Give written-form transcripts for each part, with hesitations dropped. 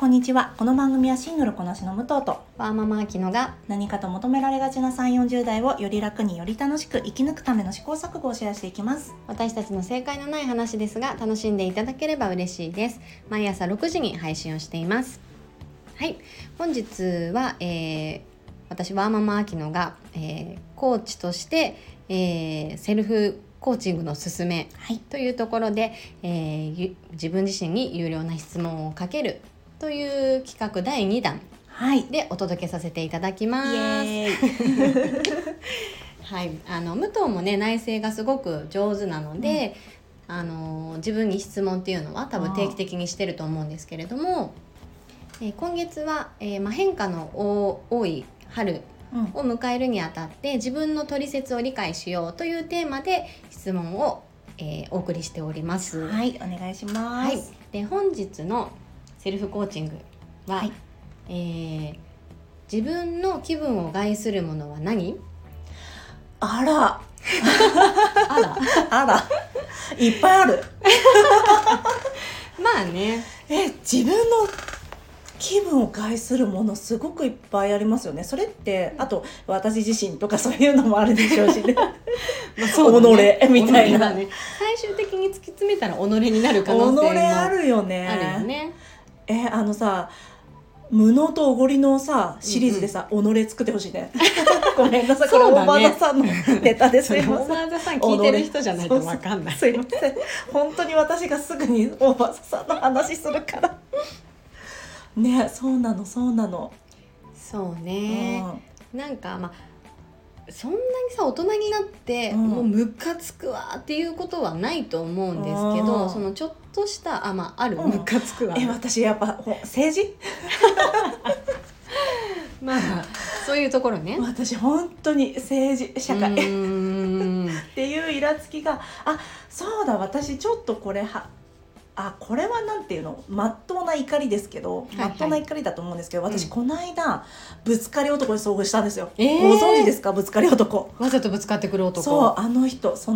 こんにちは。この番組はシングルこなしの武藤とワーママアキノが何かと求められがちな3、40代をより楽により楽しく生き抜くための試行錯誤をシェアしていきます。 私たちの正解のない話ですが楽しんでいただければ嬉しいです。毎朝6時に配信をしています。はい、本日は、私ワーママアキノが、コーチとして、セルフコーチングのすすめというところで、自分自身に有料な質問をかけるという企画第2弾でお届けさせていただきます。 イエーイはい、武藤もね内省がすごく上手なので、自分に質問っていうのは多分定期的にしてると思うんですけれども、今月は、変化の多い春を迎えるにあたって自分のトリセツを理解しようというテーマで質問を、お送りしております。 はい、お願いします。 はい、で本日のセルフコーチングは、自分の気分を害するものは何？ あらあらあらいっぱいあるまあね、 自分の気分を害するものすごくいっぱいありますよね。それってあと私自身とかそういうのもあるでしょうしねそうだね己みたいな、 ね、最終的に突き詰めたら己になる可能性も己あるよね。 あるよね。 さ無能とおごりのさシリーズでさ、己作ってほしいねごめんなさい、これオーバーザさんのネタですいません。 オーバーザさん聞いてる人じゃないと分かんない。 すいません、本当に私がすぐにオーバーザさんの話するからね、そうなのそうね、なんかそんなにさ大人になって、もうムカつくわっていうことはないと思うんですけど、そのちょっとしたあるムカつくわ、 私やっぱ政治そういうところね。 私本当に政治社会っていうイラつきがそうだ、私ちょっとこれこれはなんていうの、まっとうな怒りですけど、まっとうな怒りだと思うんですけど、私この間ぶつかり男に遭遇したんですよ。ご存知ですか？ぶつかり男。 わざとぶつかってくる男。 そう、あの人特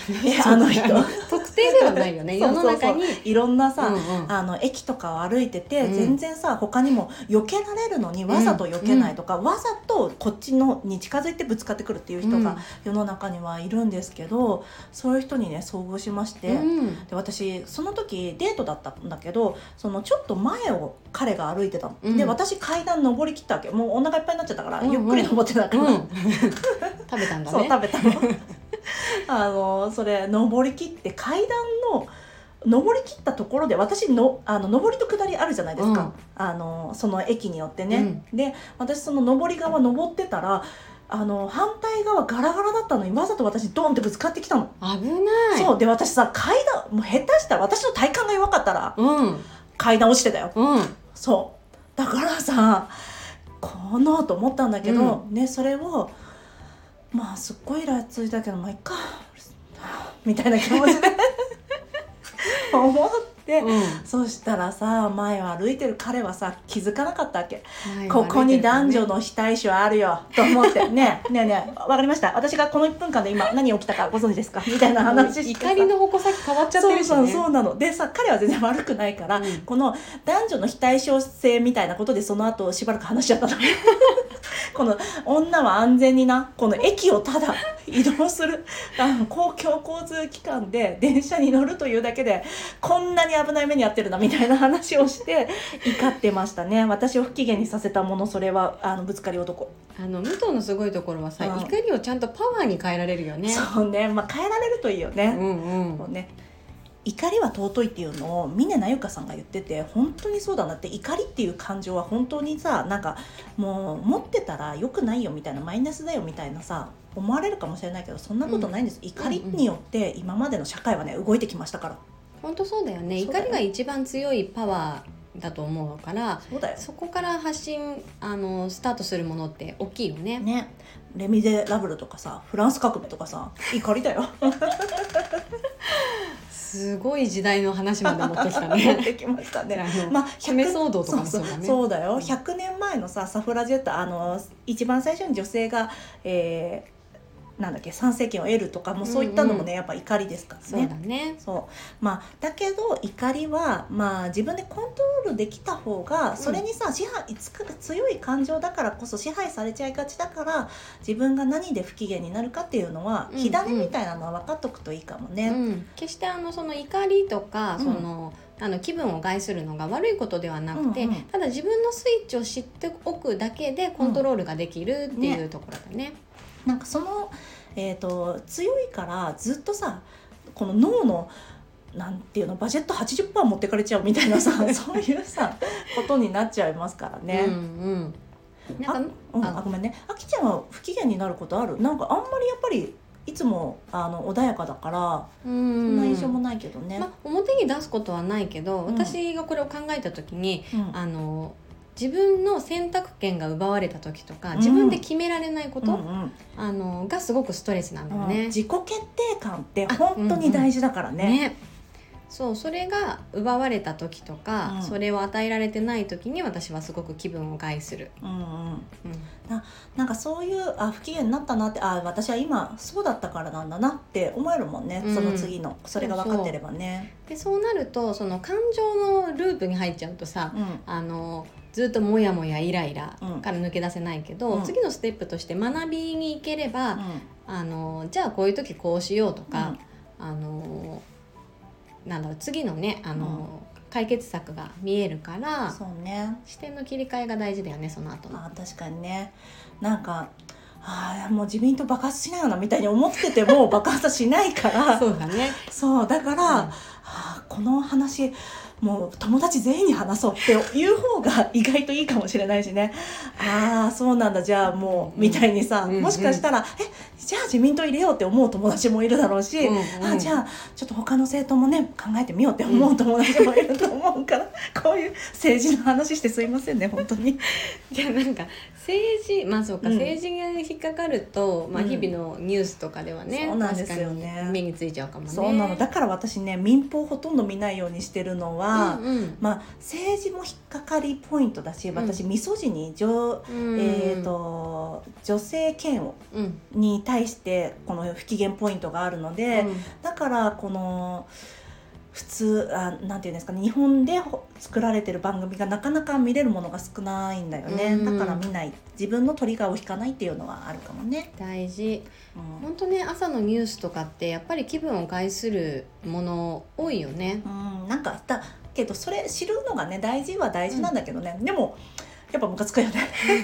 定ではないよね世の中にいろんなさ、駅とかを歩いてて、全然さ他にも避けられるのにわざと避けないとか、わざとこっちのに近づいてぶつかってくるっていう人が世の中にはいるんですけど、そういう人にね遭遇しまして、で私その時デートだったんだけど、そのちょっと前を彼が歩いてたの、で私階段登りきったわけ。もうお腹いっぱいになっちゃったから、ゆっくり登ってたから、 食べたんだね。 そう食べたのそれ登りきって階段の登りきったところで、私の登りと下りあるじゃないですか、その駅によってね、で私その登り側登ってたら反対側ガラガラだったのにわざと私ドンってぶつかってきたの。 危ない。 そうで、私さ階段もう下手したら私の体幹が弱かったら、階段落ちてたよ、そうだからさこのと思ったんだけど、それをすっごいイラついたけどいっかみたいな気持ちで思って、そしたらさ前を歩いてる彼はさ気づかなかったわけ。ここに男女の非対称あるよと思ってねえわかりました、私がこの1分間で今何起きたかご存知ですかみたいな話してさ、 怒りの矛先変わっちゃってるしね。 そうなのでさ、彼は全然悪くないから、この男女の非対称性みたいなことでその後しばらく話しちゃったのこの女は安全にな、この駅をただ移動する公共交通機関で電車に乗るというだけでこんなに危ない目に遭ってるなみたいな話をして怒ってましたね。私を不機嫌にさせたもの、それはぶつかり男。 武藤のすごいところはさ、怒りをちゃんとパワーに変えられるよね。 そうね、変えられるといいよね。そうね、怒りは尊いっていうのを峰那由香さんが言ってて、本当にそうだなって。怒りっていう感情は本当にさ、なんかもう持ってたら良くないよみたいな、マイナスだよみたいなさ思われるかもしれないけど、そんなことないんです、怒りによって今までの社会はね動いてきましたから。 本当そうだよね。怒りが一番強いパワーだと思うから、そこから発信スタートするものって大きいよね。 レ・ミゼラブルとかさ、フランス革命とかさ、怒りだよすごい時代の話まで持ってきたね持ってきましたね。 姫騒動とかもそうだね。 そうだよ、100年前のさサフラジェット、一番最初に女性が、 なんだっけ、参政権を得るとかもそういったのもね、やっぱ怒りですからね。 そうだね。 そうまあだけど怒りはまあ自分でコントロールできた方が、それにさ支配強い感情だからこそ支配されちゃいがちだから、自分が何で不機嫌になるかっていうのは、火種みたいなのは分かっとくといいかもね。 決してその怒りとかその、気分を害するのが悪いことではなくて、ただ自分のスイッチを知っておくだけでコントロールができるっていうところだね。 なんかその、強いからずっとさ、この脳のなんていうの、バジェット 80% 持ってかれちゃうみたいなさそういうさことになっちゃいますからね。ごめんね、あきちゃんは不機嫌になることある？なんかあんまりやっぱりいつも穏やかだからそんな印象もないけどね。 表に出すことはないけど、私がこれを考えた時に、自分の選択権が奪われた時とか、自分で決められないこと、がすごくストレスなんだよね。 自己決定感って本当に大事だからね。 そう、それが奪われた時とか、それを与えられてない時に私はすごく気分を害する。 なんかそういう不機嫌になったなって、私は今そうだったからなんだなって思えるもんね、その次のそれが分かってればね。 でそうなるとその感情のループに入っちゃうとさ、ずっとモヤモヤイライラから抜け出せないけど、次のステップとして学びに行ければ、じゃあこういう時こうしようとか、なんだろう、次のね解決策が見えるから、 そうね、 視点の切り替えが大事だよね、その後の。 確かにね。なんかもう自民党爆発しないよなみたいに思ってても爆発しないからそうだね。 そうだから、この話もう友達全員に話そうっていう方が意外といいかもしれないしね。そうなんだ、じゃあもうみたいにさ、もしかしたらじゃあ自民党入れようって思う友達もいるだろうし、じゃあちょっと他の政党もね考えてみようって思う友達もいると思うから、こういう政治の話してすいませんね本当に。 じゃあなんか政治、そうか、政治が引っかかると、日々のニュースとかではね、 そうなんですよね、 確かに目についちゃうかもね。 そうなの、だから私ね民放ほとんど見ないようにしてるのは、政治も引っかかりポイントだし、私ミソジニ女性嫌悪に対してこの不機嫌ポイントがあるので、だからこの普通なんていうんですかね、日本で作られてる番組がなかなか見れるものが少ないんだよね。だから見ない、自分のトリガーを引かないっていうのはあるかもね。 大事。本当ね、朝のニュースとかってやっぱり気分を害するもの多いよね。 なんかだけどそれ知るのがね大事は大事なんだけどね、でもやっぱムカつくよね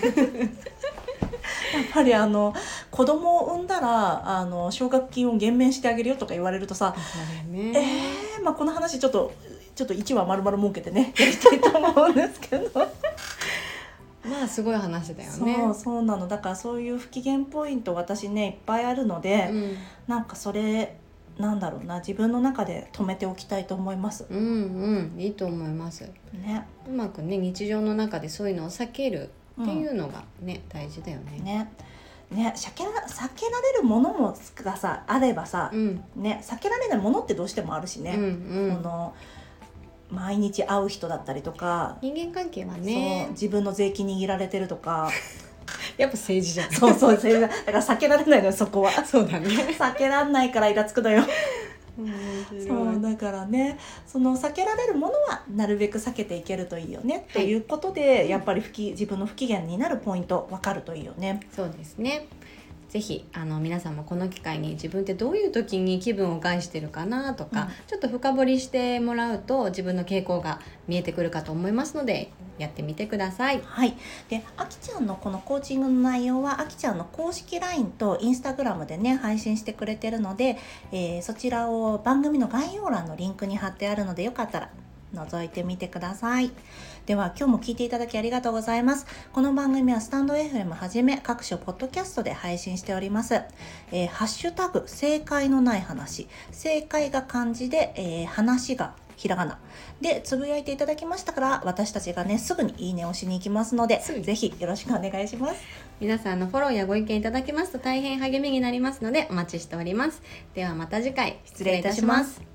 やっぱり子供を産んだら奨学金を減免してあげるよとか言われるとさ、この話ちょっと1話丸々設けてねやりたいと思うんですけどすごい話だよね。 そうなの。だからそういう不機嫌ポイント私ねいっぱいあるので、なんかそれなんだろうな、自分の中で止めておきたいと思います。 いいと思いますね。うまくね日常の中でそういうのを避けるっていうのがね、大事だよね。 避けられるものもがさあればさ、避けられないものってどうしてもあるしね、この毎日会う人だったりとか、 人間関係はね、 そう自分の税金握られてるとかやっぱ政治じゃん。 そう政治だから避けられないのよそこは。 そうだね避けられないからイラつくのよそうだからね、その避けられるものはなるべく避けていけるといいよね、ということでやっぱり自分の不機嫌になるポイント分かるといいよね。 そうですね。ぜひ皆さんもこの機会に自分ってどういう時に気分を害してるかなとか、ちょっと深掘りしてもらうと自分の傾向が見えてくるかと思いますのでやってみてください。 であきちゃんのこのコーチングの内容はあきちゃんの公式 LINE と Instagram でね配信してくれてるので、そちらを番組の概要欄のリンクに貼ってあるのでよかったら覗いてみてください。では今日も聞いていただきありがとうございます。この番組はスタンド FM はじめ各種ポッドキャストで配信しております。ハッシュタグ正解のない話、正解が漢字で、話がひらがなでつぶやいていただきましたから私たちがねすぐにいいねをしに行きますのでぜひよろしくお願いします。 皆さんのフォローやご意見いただけますと大変励みになりますのでお待ちしております。ではまた次回失礼いたします。